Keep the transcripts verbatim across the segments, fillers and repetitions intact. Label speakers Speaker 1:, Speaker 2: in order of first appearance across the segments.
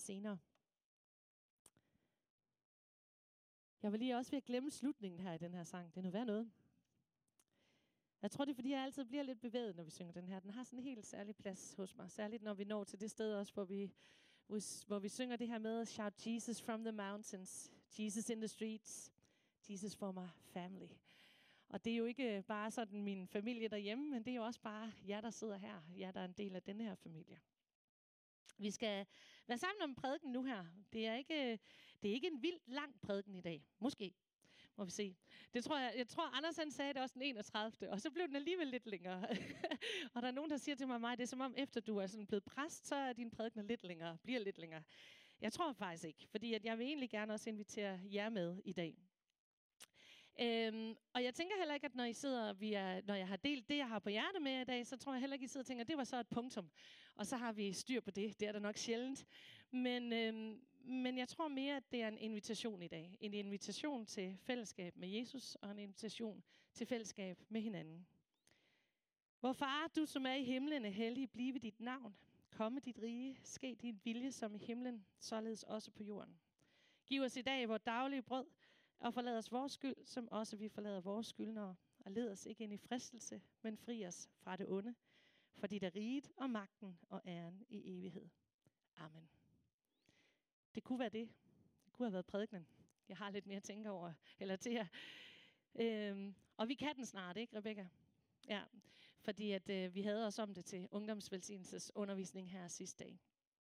Speaker 1: senere. Jeg var lige også ved at glemme slutningen her i den her sang. Det er noget værd noget. Jeg tror, det er, fordi jeg altid bliver lidt bevæget, når vi synger den her. Den har sådan en helt særlig plads hos mig. Særligt når vi når til det sted også, hvor vi, hvor vi synger det her med Shout Jesus from the mountains, Jesus in the streets, Jesus for my family. Og det er jo ikke bare sådan min familie derhjemme, men det er jo også bare jer, der sidder her. Jer, der er en del af denne her familie. Vi skal være sammen om prædiken nu her. Det er ikke, det er ikke en vildt lang prædiken i dag. Måske. Må vi se. Det tror jeg, jeg tror, Anders han sagde det også den enogtredivte Og så blev den alligevel lidt længere. Og der er nogen, der siger til mig, mig, det er som om, efter du er sådan blevet præst, så er din prædiken lidt længere, bliver lidt længere. Jeg tror faktisk ikke, fordi at jeg vil egentlig gerne også invitere jer med i dag. Øhm, og jeg tænker heller ikke, at når I sidder, vi er, når jeg har delt det, jeg har på hjerte med i dag, så tror jeg heller ikke, I sidder og tænker, at det var så et punktum. Og så har vi styr på det. Det er der nok sjældent. Men, øhm, men jeg tror mere, at det er en invitation i dag. En invitation til fællesskab med Jesus, og en invitation til fællesskab med hinanden. Vor far, du som er i himlen, er hellig, blive dit navn. Komme dit rige, ske din vilje som i himlen, således også på jorden. Giv os i dag vores daglige brød, og forlad os vores skyld, som også vi forlader vores skyldnere. Og led os ikke ind i fristelse, men fri os fra det onde. For dit er riget og magten og æren i evighed. Amen. Det kunne være det. Det kunne have været prædikenen. Jeg har lidt mere at tænke over, eller til jer. Øhm, og vi kan den snart, ikke Rebecca? Ja, fordi at, øh, vi havde os om det til ungdomsvelsignelsesundervisning her sidste dag.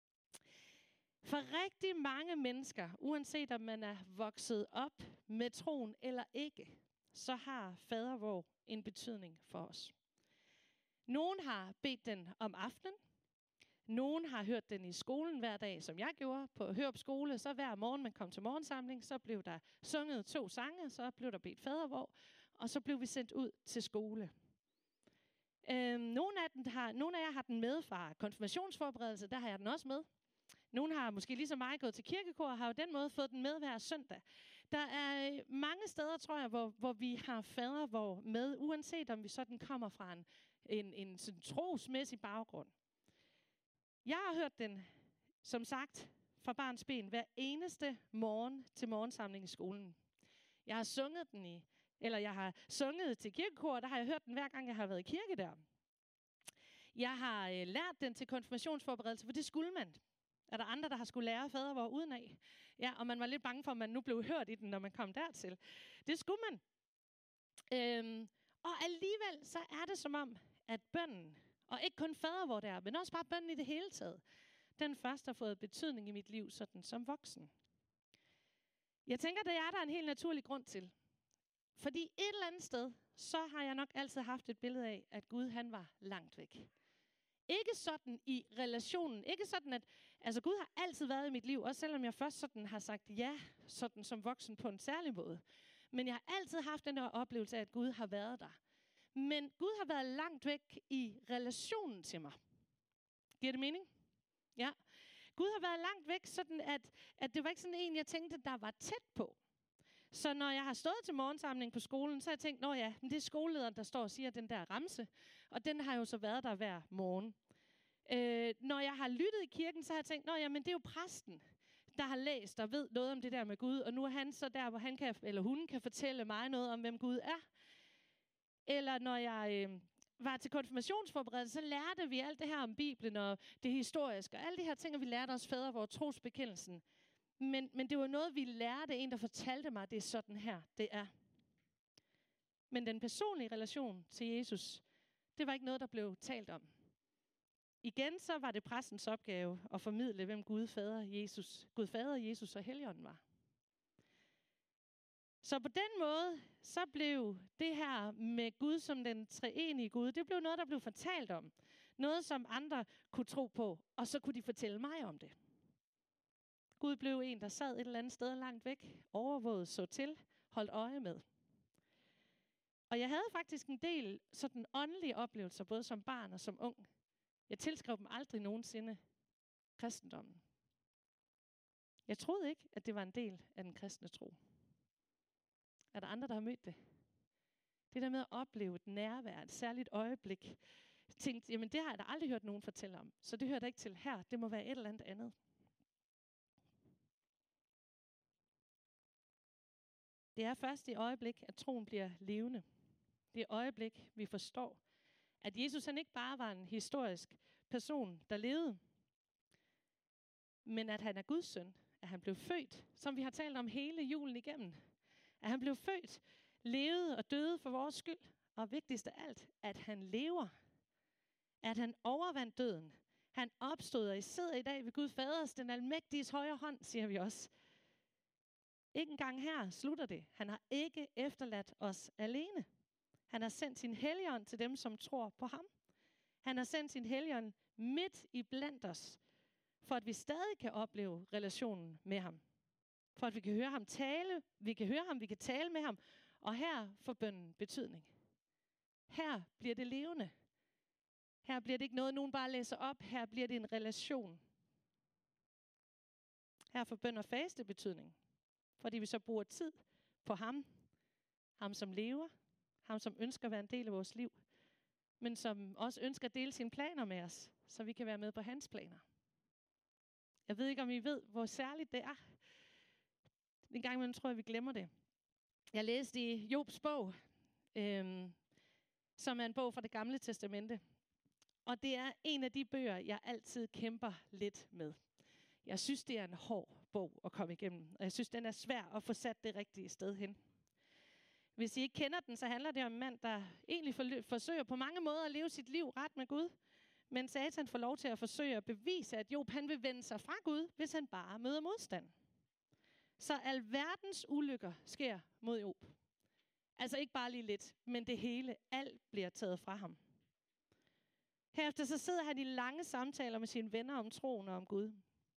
Speaker 1: For rigtig mange mennesker, uanset om man er vokset op med troen eller ikke, så har fadervor en betydning for os. Nogen har bedt den om aftenen. Nogen har hørt den i skolen hver dag, som jeg gjorde på Hørup skole. Så hver morgen man kom til morgensamling, så blev der sunget to sange, så blev der bedt fadervor, og så blev vi sendt ud til skole. Øhm, nogle, af den har, nogle af jer har den med fra konfirmationsforberedelse, der har jeg den også med. Nogle har måske ligesom mig gået til kirkekor og har jo den måde fået den med hver søndag. Der er mange steder, tror jeg, hvor, hvor vi har fadervor med, uanset om vi sådan kommer fra en, en, en sådan trosmæssig baggrund. Jeg har hørt den, som sagt, fra barns ben hver eneste morgen til morgensamling i skolen. Jeg har sunget den i, eller jeg har sunget til kirkekor, og der har jeg hørt den hver gang, jeg har været i kirke der. Jeg har øh, lært den til konfirmationsforberedelse, for det skulle man. Er der andre, der har skulle lære fadervor udenad? Ja, og man var lidt bange for, at man nu blev hørt i den, når man kom dertil. Det skulle man. Øhm, og alligevel så er det som om, at bønnen, og ikke kun fadervor der, men også bare bønnen i det hele taget, den først har fået betydning i mit liv sådan som voksen. Jeg tænker, det er der en helt naturlig grund til. Fordi et eller andet sted, så har jeg nok altid haft et billede af, at Gud han var langt væk. Ikke sådan i relationen, ikke sådan at, altså Gud har altid været i mit liv, også selvom jeg først sådan har sagt ja, sådan som voksen på en særlig måde. Men jeg har altid haft den der oplevelse af, at Gud har været der. Men Gud har været langt væk i relationen til mig. Giver det mening? Ja. Gud har været langt væk, sådan at, at det var ikke sådan en, jeg tænkte, der var tæt på. Så når jeg har stået til morgensamling på skolen, så har jeg tænkt, nå ja, men det er skolelederen, der står og siger den der ramse. Og den har jo så været der hver morgen. Øh, når jeg har lyttet i kirken, så har jeg tænkt, nå ja, men det er jo præsten, der har læst og ved noget om det der med Gud. Og nu er han så der, hvor han kan, eller hun kan fortælle mig noget om, hvem Gud er. Eller når jeg øh, var til konfirmationsforberedelse, så lærte vi alt det her om Bibelen og det historiske. Og alle de her ting, og vi lærte os fædre vores trosbekendelsen. Men, men det var noget, vi lærte, en der fortalte mig, at det er sådan her, det er. Men den personlige relation til Jesus, det var ikke noget, der blev talt om. Igen så var det præstens opgave at formidle, hvem Gud Fader, Jesus, Gud Fader, Jesus og Helligånden var. Så på den måde, så blev det her med Gud som den treenige Gud, det blev noget, der blev fortalt om. Noget, som andre kunne tro på, og så kunne de fortælle mig om det. Gud blev en, der sad et eller andet sted langt væk, overvåget, så til, holdt øje med. Og jeg havde faktisk en del sådan åndelige oplevelser, både som barn og som ung. Jeg tilskrev dem aldrig nogensinde kristendommen. Jeg troede ikke, at det var en del af den kristne tro. Er der andre, der har mødt det? Det der med at opleve et nærvær, et særligt øjeblik. Jeg tænkte, jamen det har jeg da aldrig hørt nogen fortælle om. Så det hører da ikke til her. Det må være et eller andet andet. Det er først i øjeblik, at troen bliver levende. Det er øjeblik, vi forstår, at Jesus han ikke bare var en historisk person, der levede, men at han er Guds søn, at han blev født, som vi har talt om hele julen igennem. At han blev født, levede og døde for vores skyld, og vigtigst af alt, at han lever. At han overvandt døden. Han opstod, og I sidder i dag ved Gud Faders, den almægtiges højre hånd, siger vi også. Ikke engang her slutter det. Han har ikke efterladt os alene. Han har sendt sin Helligånd til dem, som tror på ham. Han har sendt sin Helligånd midt i blandt os, for at vi stadig kan opleve relationen med ham. For at vi kan høre ham tale, vi kan høre ham, vi kan tale med ham. Og her får bønnen betydning. Her bliver det levende. Her bliver det ikke noget, nogen bare læser op. Her bliver det en relation. Her får bøn og faste betydning. Fordi vi så bruger tid på ham. Ham som lever. Ham som ønsker at være en del af vores liv. Men som også ønsker at dele sine planer med os. Så vi kan være med på hans planer. Jeg ved ikke, om I ved, hvor særligt det er. En gang imellem tror jeg, vi glemmer det. Jeg læste i Jobs bog, øhm, som er en bog fra Det Gamle Testamente. Og det er en af de bøger, jeg altid kæmper lidt med. Jeg synes, det er en hård bog at komme igennem. Og jeg synes, den er svær at få sat det rigtige sted hen. Hvis I ikke kender den, så handler det om en mand, der egentlig forsøger på mange måder at leve sit liv ret med Gud. Men Satan får lov til at forsøge at bevise, at Job han vil vende sig fra Gud, hvis han bare møder modstand. Så alverdens ulykker sker mod Job. Altså ikke bare lige lidt, men det hele, alt bliver taget fra ham. Herefter så sidder han i lange samtaler med sine venner om troen og om Gud.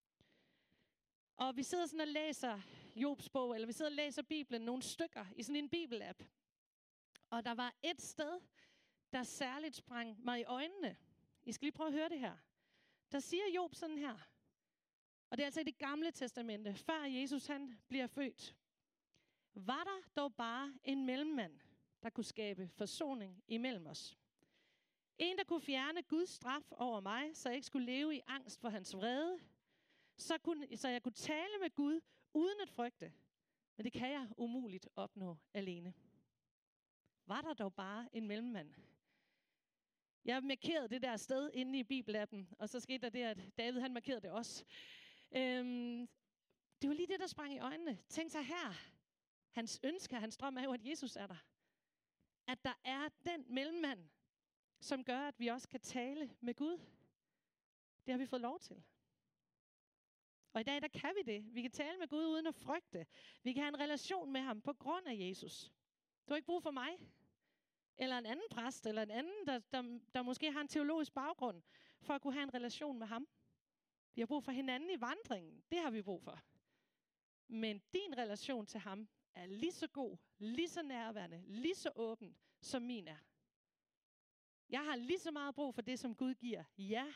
Speaker 1: Og vi sidder sådan og læser Jobs bog, eller vi sidder og læser Bibelen nogle stykker i sådan en bibelapp. Og der var et sted, der særligt sprang mig i øjnene. I skal lige prøve at høre det her. Der siger Job sådan her. Og det er altså i Det Gamle Testamente, før Jesus han bliver født. Var der dog bare en mellemmand, der kunne skabe forsoning imellem os. En, der kunne fjerne Guds straf over mig, så jeg ikke skulle leve i angst for hans vrede. Så, kunne, så jeg kunne tale med Gud uden at frygte. Men det kan jeg umuligt opnå alene. Var der dog bare en mellemmand. Jeg markerede det der sted inde i bibelappen, og så skete der det, at David han markerede det også. Øhm, det var lige det, der sprang i øjnene. Tænk sig her. Hans ønske, hans drøm er jo, at Jesus er der. At der er den mellemmand, som gør, at vi også kan tale med Gud. Det har vi fået lov til. Og i dag, der kan vi det. Vi kan tale med Gud uden at frygte. Vi kan have en relation med ham på grund af Jesus. Du har ikke brug for mig, eller en anden præst, eller en anden, der, der, der måske har en teologisk baggrund, for at kunne have en relation med ham. Vi har brug for hinanden i vandringen. Det har vi brug for. Men din relation til ham er lige så god, lige så nærværende, lige så åben, som min er. Jeg har lige så meget brug for det, som Gud giver jer,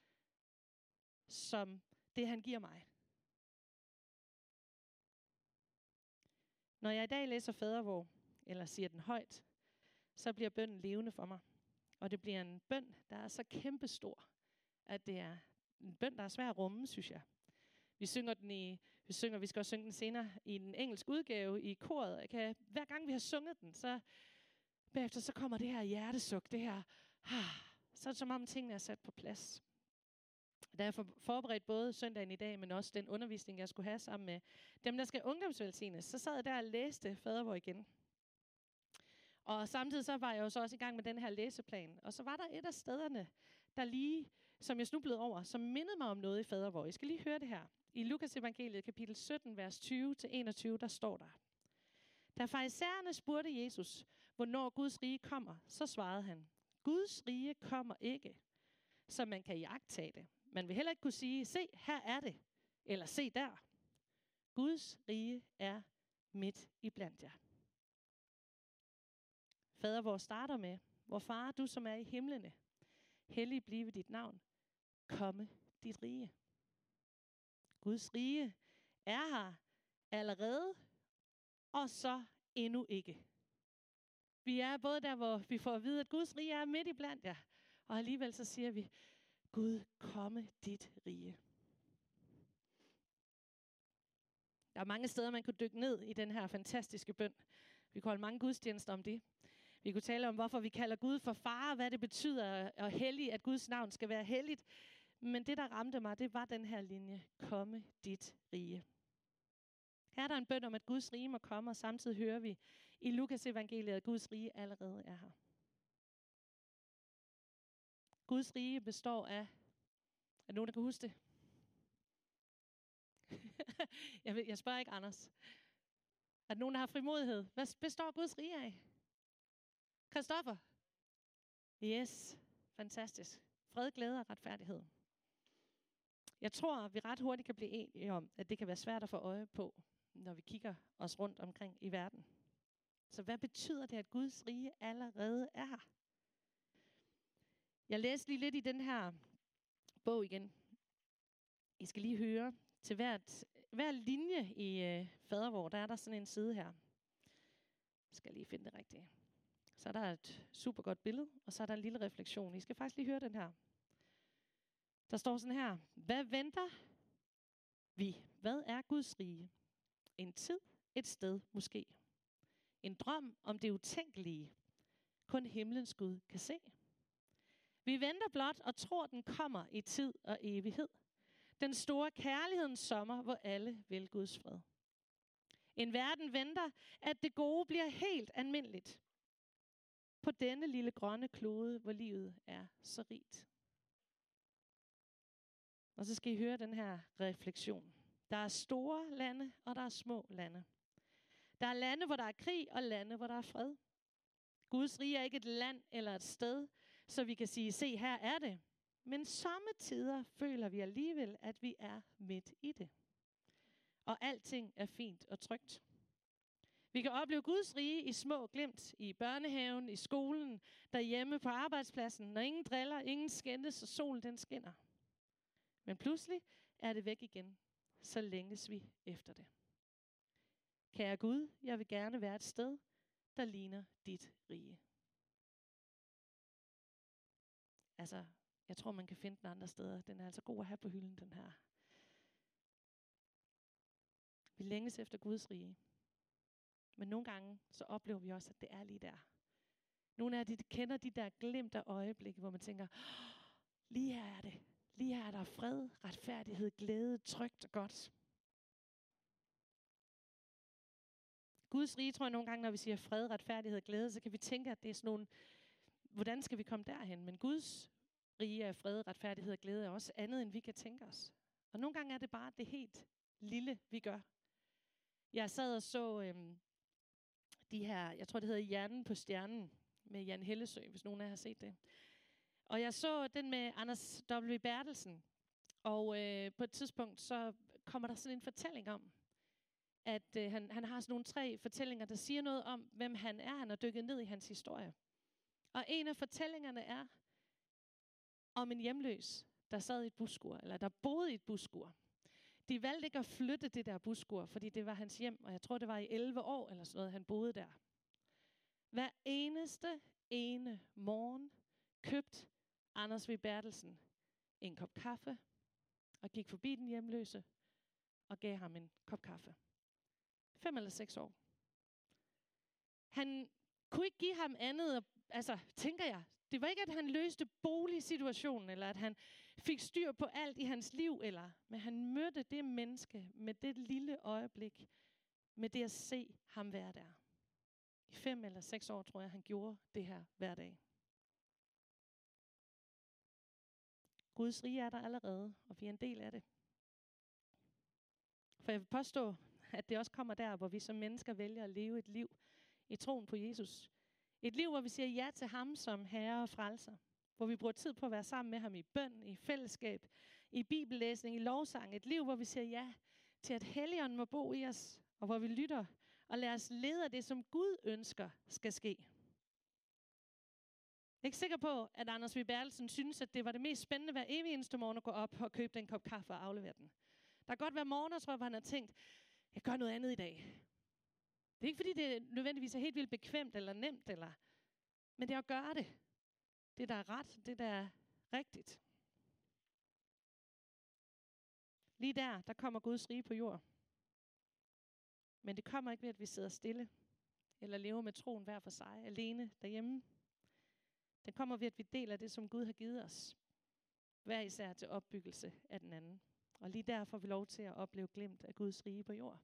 Speaker 1: som det, han giver mig. Når jeg i dag læser fadervor, eller siger den højt, så bliver bønnen levende for mig. Og det bliver en bøn, der er så kæmpestor, at det er en bøn, der er svær at rumme, synes jeg. Vi synger den i, vi synger, vi skal også synge den senere i den engelske udgave i koret. Jeg kan, hver gang vi har sunget den, så bagefter så kommer det her hjertesuk, det her, ah, så er det som om tingene er sat på plads. Da jeg forberedt både søndagen i dag, men også den undervisning, jeg skulle have sammen med dem, der skal ungdomsvelsignes, så sad jeg der og læste fadervor igen. Og samtidig så var jeg jo så også i gang med den her læseplan. Og så var der et af stederne, der lige, som jeg snublede over, som mindede mig om noget i fadervor. Jeg skal lige høre det her. I Lukas evangeliet kapitel sytten, vers tyve til enogtyve, der står der. Da farisæerne spurgte Jesus, hvornår Guds rige kommer, så svarede han, Guds rige kommer ikke, så man kan iagttage det. Man vil heller ikke kunne sige, se, her er det, eller se der. Guds rige er midt i blandt jer. Fader, hvor starter med, hvor far, du som er i himlene, hellig blive dit navn, komme dit rige. Guds rige er her allerede, og så endnu ikke. Vi er både der, hvor vi får at vide, at Guds rige er midt i blandt jer, og alligevel så siger vi, Gud, komme dit rige. Der er mange steder, man kunne dykke ned i den her fantastiske bøn. Vi kunne holde mange gudstjenester om det. Vi kunne tale om, hvorfor vi kalder Gud for far, hvad det betyder at hellig, at Guds navn skal være helligt. Men det, der ramte mig, det var den her linje. Komme dit rige. Her er der en bøn om, at Guds rige må komme, og samtidig hører vi i Lukas evangeliet, at Guds rige allerede er her. Guds rige består af... Er nogen, der kan huske det? jeg, ved, jeg spørger ikke Anders. Er der nogen, der har frimodighed? Hvad består Guds rige af? Christoffer? Yes, fantastisk. Fred, glæde og retfærdighed. Jeg tror, vi ret hurtigt kan blive enige om, at det kan være svært at få øje på, når vi kigger os rundt omkring i verden. Så hvad betyder det, at Guds rige allerede er her? Jeg læste lige lidt i den her bog igen. I skal lige høre. Til hvert, hver linje i øh, fadervor, der er der sådan en side her. Jeg skal lige finde det rigtige. Så er der et super godt billede, og så er der en lille refleksion. I skal faktisk lige høre den her. Der står sådan her. Hvad venter vi? Hvad er Guds rige? En tid, et sted måske. En drøm om det utænkelige. Kun himlens Gud kan se. Vi venter blot og tror, den kommer i tid og evighed. Den store kærlighedens sommer, hvor alle vil Guds fred. En verden venter, at det gode bliver helt almindeligt. På denne lille grønne klode, hvor livet er så rigt. Og så skal I høre den her refleksion. Der er store lande, og der er små lande. Der er lande, hvor der er krig, og lande, hvor der er fred. Guds rige er ikke et land eller et sted, så vi kan sige, se, her er det. Men somme tider føler vi alligevel, at vi er midt i det. Og alting er fint og trygt. Vi kan opleve Guds rige i små glimt, i børnehaven, i skolen, derhjemme på arbejdspladsen, når ingen driller, ingen skændes, og solen den skinner. Men pludselig er det væk igen, så længes vi efter det. Kære Gud, jeg vil gerne være et sted, der ligner dit rige. Altså, jeg tror, man kan finde den andre steder. Den er altså god at have på hylden, den her. Vi længes efter Guds rige. Men nogle gange, så oplever vi også, at det er lige der. Nogle af de kender de der glemte øjeblikke, hvor man tænker, lige her er det. Lige her er der fred, retfærdighed, glæde, trygt og godt. Guds rige, tror jeg nogle gange, når vi siger fred, retfærdighed og glæde, så kan vi tænke, at det er sådan nogle, hvordan skal vi komme derhen? Men Guds rige af fred, retfærdighed og glæde er også andet, end vi kan tænke os. Og nogle gange er det bare det helt lille, vi gør. Jeg sad og så øhm, de her, jeg tror det hedder Hjernen på stjernen, med Jan Hellesøe, hvis nogen af jer har set det. Og jeg så den med Anders W. Bertelsen. Og øh, på et tidspunkt, så kommer der sådan en fortælling om, at øh, han, han har sådan nogle tre fortællinger, der siger noget om, hvem han er. Han har dykket ned i hans historie. Og en af fortællingerne er om en hjemløs, der sad i et busskur, eller der boede i et busskur. De valgte ikke at flytte det der busskur, fordi det var hans hjem, og jeg tror, det var i elleve år, eller sådan noget, han boede der. Hver eneste ene morgen købte Anders W. Bertelsen en kop kaffe, og gik forbi den hjemløse, og gav ham en kop kaffe. Fem eller seks år. Han kunne ikke give ham andet, altså tænker jeg, det var ikke, at han løste boligsituationen, eller at han fik styr på alt i hans liv, eller, men han mødte det menneske med det lille øjeblik, med det at se ham være der. I fem eller seks år, tror jeg, han gjorde det her hver dag. Guds rige er der allerede, og vi er en del af det. For jeg vil påstå, at det også kommer der, hvor vi som mennesker vælger at leve et liv i troen på Jesus. Et liv, hvor vi siger ja til ham som herre og frelser. Hvor vi bruger tid på at være sammen med ham i bøn, i fællesskab, i bibellæsning, i lovsang. Et liv, hvor vi siger ja til, at Helligånden må bo i os, og hvor vi lytter og lader os lede af det, som Gud ønsker skal ske. Jeg er ikke sikker på, at Anders W. Bertelsen synes, at det var det mest spændende hver evig eneste morgen at gå op og købe den kop kaffe og aflevere den. Der kan godt være morgener, tror jeg, hvor han har tænkt, jeg gør noget andet i dag. Det er ikke, fordi det nødvendigvis er helt vildt bekvemt eller nemt, eller, men det er at gøre det. Det, der er ret, det, der er rigtigt. Lige der, der kommer Guds rige på jord. Men det kommer ikke ved, at vi sidder stille, eller lever med troen hver for sig, alene derhjemme. Den kommer ved, at vi deler det, som Gud har givet os. Hver især til opbyggelse af den anden. Og lige der får vi lov til at opleve glimt af Guds rige på jord.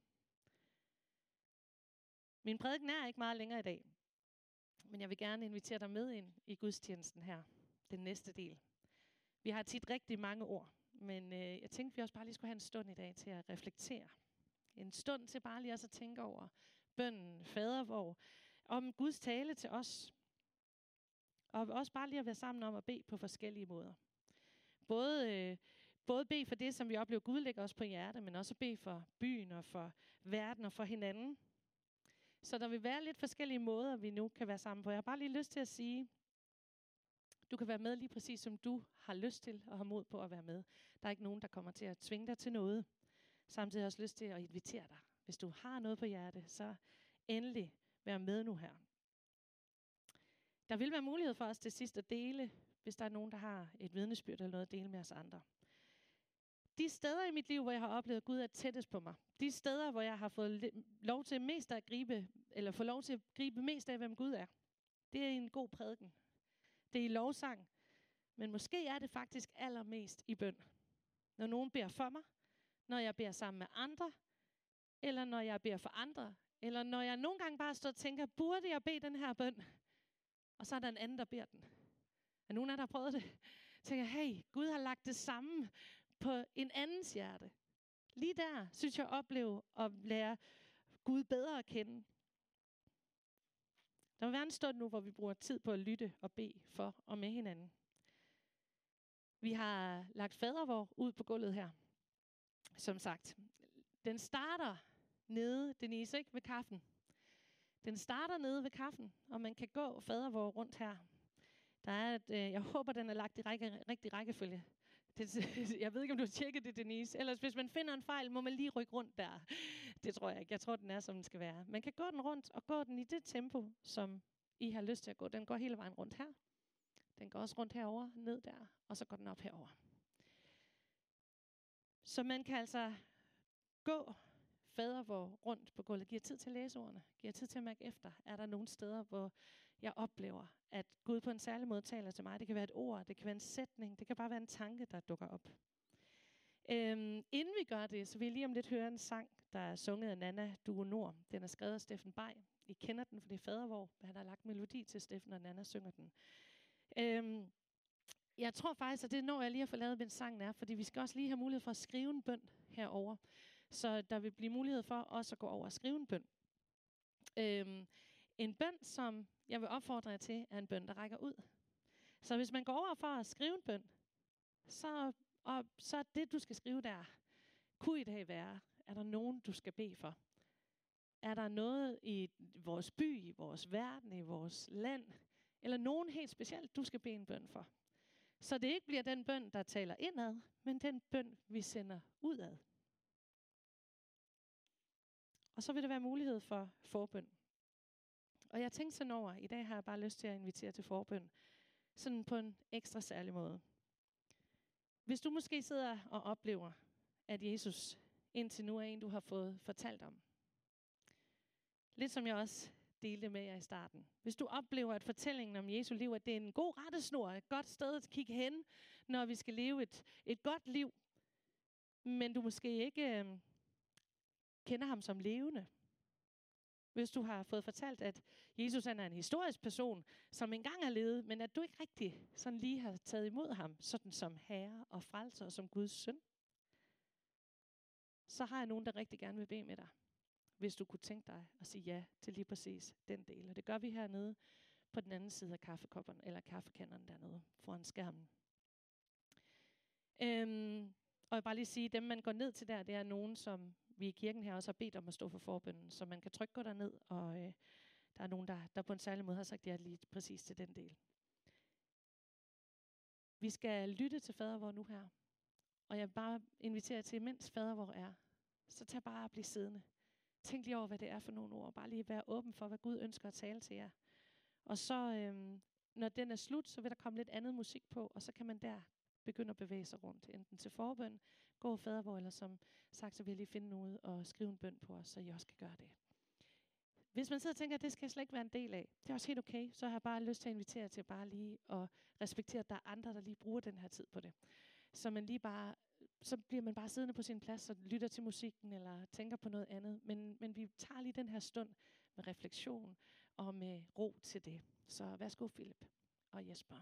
Speaker 1: Min prædiken er ikke meget længere i dag, men jeg vil gerne invitere dig med ind i gudstjenesten her, den næste del. Vi har tit rigtig mange ord, men øh, jeg tænkte, vi også bare lige skulle have en stund i dag til at reflektere. En stund til bare lige også at tænke over bønnen, fadervor, om Guds tale til os. Og også bare lige at være sammen om at bede på forskellige måder. Både, øh, både bede for det, som vi oplever, Gud lægger os på hjerte, men også bede for byen og for verden og for hinanden. Så der vil være lidt forskellige måder, vi nu kan være sammen på. Jeg har bare lige lyst til at sige, du kan være med lige præcis som du har lyst til og har mod på at være med. Der er ikke nogen, der kommer til at tvinge dig til noget. Samtidig har jeg også lyst til at invitere dig. Hvis du har noget på hjerte, så endelig vær med nu her. Der vil være mulighed for os til sidst at dele, hvis der er nogen, der har et vidnesbyrd eller noget at dele med os andre. De steder i mit liv, hvor jeg har oplevet, at Gud er tættest på mig. De steder, hvor jeg har fået lov til mest at gribe, eller få lov til at gribe mest af, hvem Gud er. Det er en god prædiken. Det er i lovsang. Men måske er det faktisk allermest i bøn. Når nogen beder for mig, når jeg beder sammen med andre, eller når jeg beder for andre, eller når jeg nogle gange bare står og tænker, burde jeg bede den her bøn? Og så er der en anden, der beder den. Er nogen af jer, der har prøvet det? Jeg tænker, hey, Gud har lagt det samme på en andens hjerte. Lige der synes jeg opleve at lære Gud bedre at kende. Der vil være en stund nu, hvor vi bruger tid på at lytte og bede for og med hinanden. Vi har lagt fadervor ud på gulvet her. Som sagt, den starter nede, Denise, ikke ved kaffen. Den starter nede ved kaffen, og man kan gå fadervor rundt her. Der er et, øh, jeg håber, den er lagt i række, rigtig rækkefølge. Det, jeg ved ikke, om du har tjekket det, Denise. Ellers, hvis man finder en fejl, må man lige rykke rundt der. Det tror jeg ikke. Jeg tror, den er, som den skal være. Man kan gå den rundt, og gå den i det tempo, som I har lyst til at gå. Den går hele vejen rundt her. Den går også rundt herover, ned der, og så går den op herover. Så man kan altså gå fadervor rundt på gulvet. Giver tid til at læse ordene. Giver tid til at mærke efter. Er der nogle steder, hvor jeg oplever, at Gud på en særlig måde taler til mig? Det kan være et ord, det kan være en sætning, det kan bare være en tanke, der dukker op. Øhm, inden vi gør det, så vil jeg lige om lidt høre en sang, der er sunget af Nana Duo Nord. Den er skrevet af Steffen Bay. I kender den, for det er fadervor. Han har lagt melodi til Steffen, og Nana synger den. Øhm, jeg tror faktisk, at det når jeg lige at få lavet, hvem sangen er, fordi vi skal også lige have mulighed for at skrive en bøn herover. Så der vil blive mulighed for også at gå over og skrive en bøn. Øhm, en bøn, som jeg vil opfordre jer til, er en bøn, der rækker ud. Så hvis man går over for at skrive en bøn, så, og, så er det, du skal skrive der, kunne i dag være, er der nogen, du skal bede for? Er der noget i vores by, i vores verden, i vores land, eller nogen helt specielt, du skal bede en bøn for? Så det ikke bliver den bøn, der taler indad, men den bøn, vi sender udad. Og så vil der være mulighed for forbøn. Og jeg tænkte sådan over, i dag har jeg bare lyst til at invitere til forbøn, sådan på en ekstra særlig måde. Hvis du måske sidder og oplever, at Jesus indtil nu er en, du har fået fortalt om. Lidt som jeg også delte med jer i starten. Hvis du oplever, at fortællingen om Jesu liv, at det er en god rettesnor, et godt sted at kigge hen, når vi skal leve et, et godt liv, men du måske ikke øh, kender ham som levende. Hvis du har fået fortalt, at Jesus han er en historisk person, som engang har levet, men at du ikke rigtig sådan lige har taget imod ham, sådan som herre og frelser og som Guds søn, så har jeg nogen, der rigtig gerne vil bede med dig. Hvis du kunne tænke dig at sige ja til lige præcis den del. Og det gør vi hernede på den anden side af kaffekopperne, eller kaffekanderne dernede foran skærmen. Øhm, og jeg vil bare lige sige, dem man går ned til der, det er nogen, som vi i kirken her også har bedt om at stå for forbønnen, så man kan trykke gå derned, og øh, der er nogen, der, der på en særlig måde har sagt ja lige præcis til den del. Vi skal lytte til fadervor nu her, og jeg vil bare invitere til, mens fadervor er, så tag bare at blive siddende. Tænk lige over, hvad det er for nogle ord. Bare lige være åben for, hvad Gud ønsker at tale til jer. Og så, øhm, når den er slut, så vil der komme lidt andet musik på, og så kan man der begynde at bevæge sig rundt, enten til forbøn, gå fader vor, eller som sagt, så vil jeg lige finde noget og skrive en bøn på os, så I også kan gøre det. Hvis man sidder og tænker, at det skal jeg slet ikke være en del af, det er også helt okay, så har jeg bare lyst til at invitere til bare lige at respektere, at der er andre, der lige bruger den her tid på det. Så man lige bare, så bliver man bare siddende på sin plads og lytter til musikken eller tænker på noget andet. Men, men vi tager lige den her stund med refleksion og med ro til det. Så værsgo Philip og Jesper.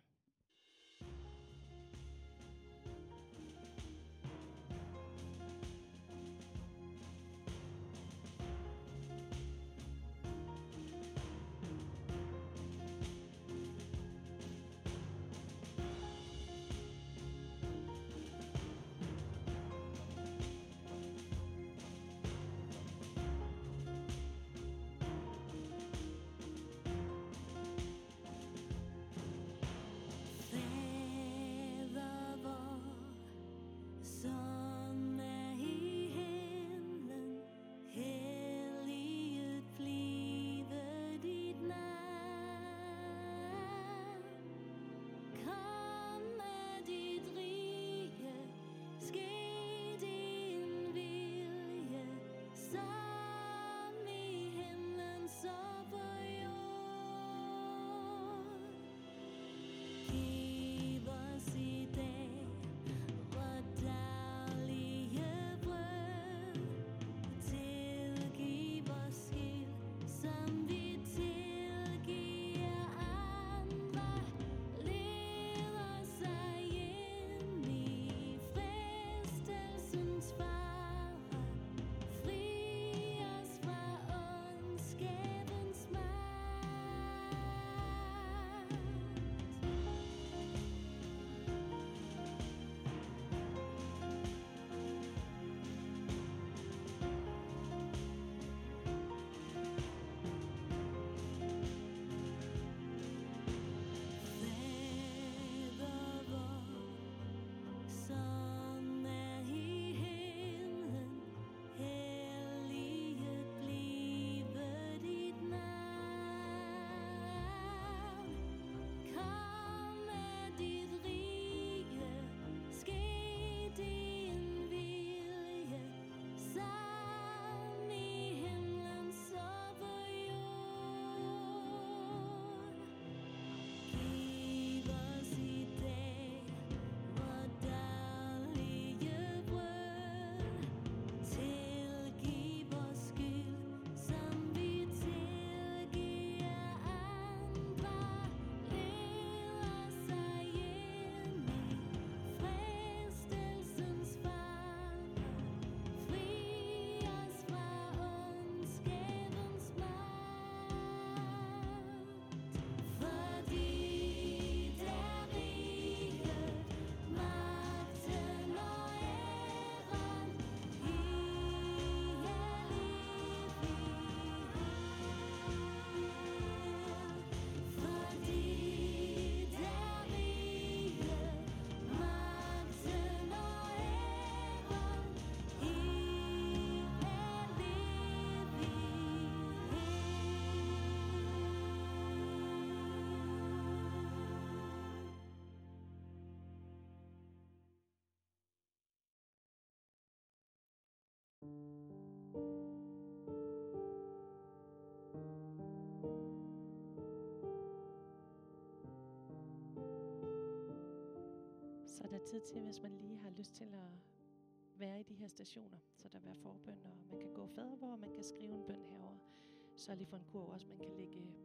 Speaker 1: Så er der tid til, hvis man lige har lyst til at være i de her stationer, så der vil være forbøn, og man kan gå fader, hvor man kan skrive en bøn herover. Så lige for en kurv også, man kan lægge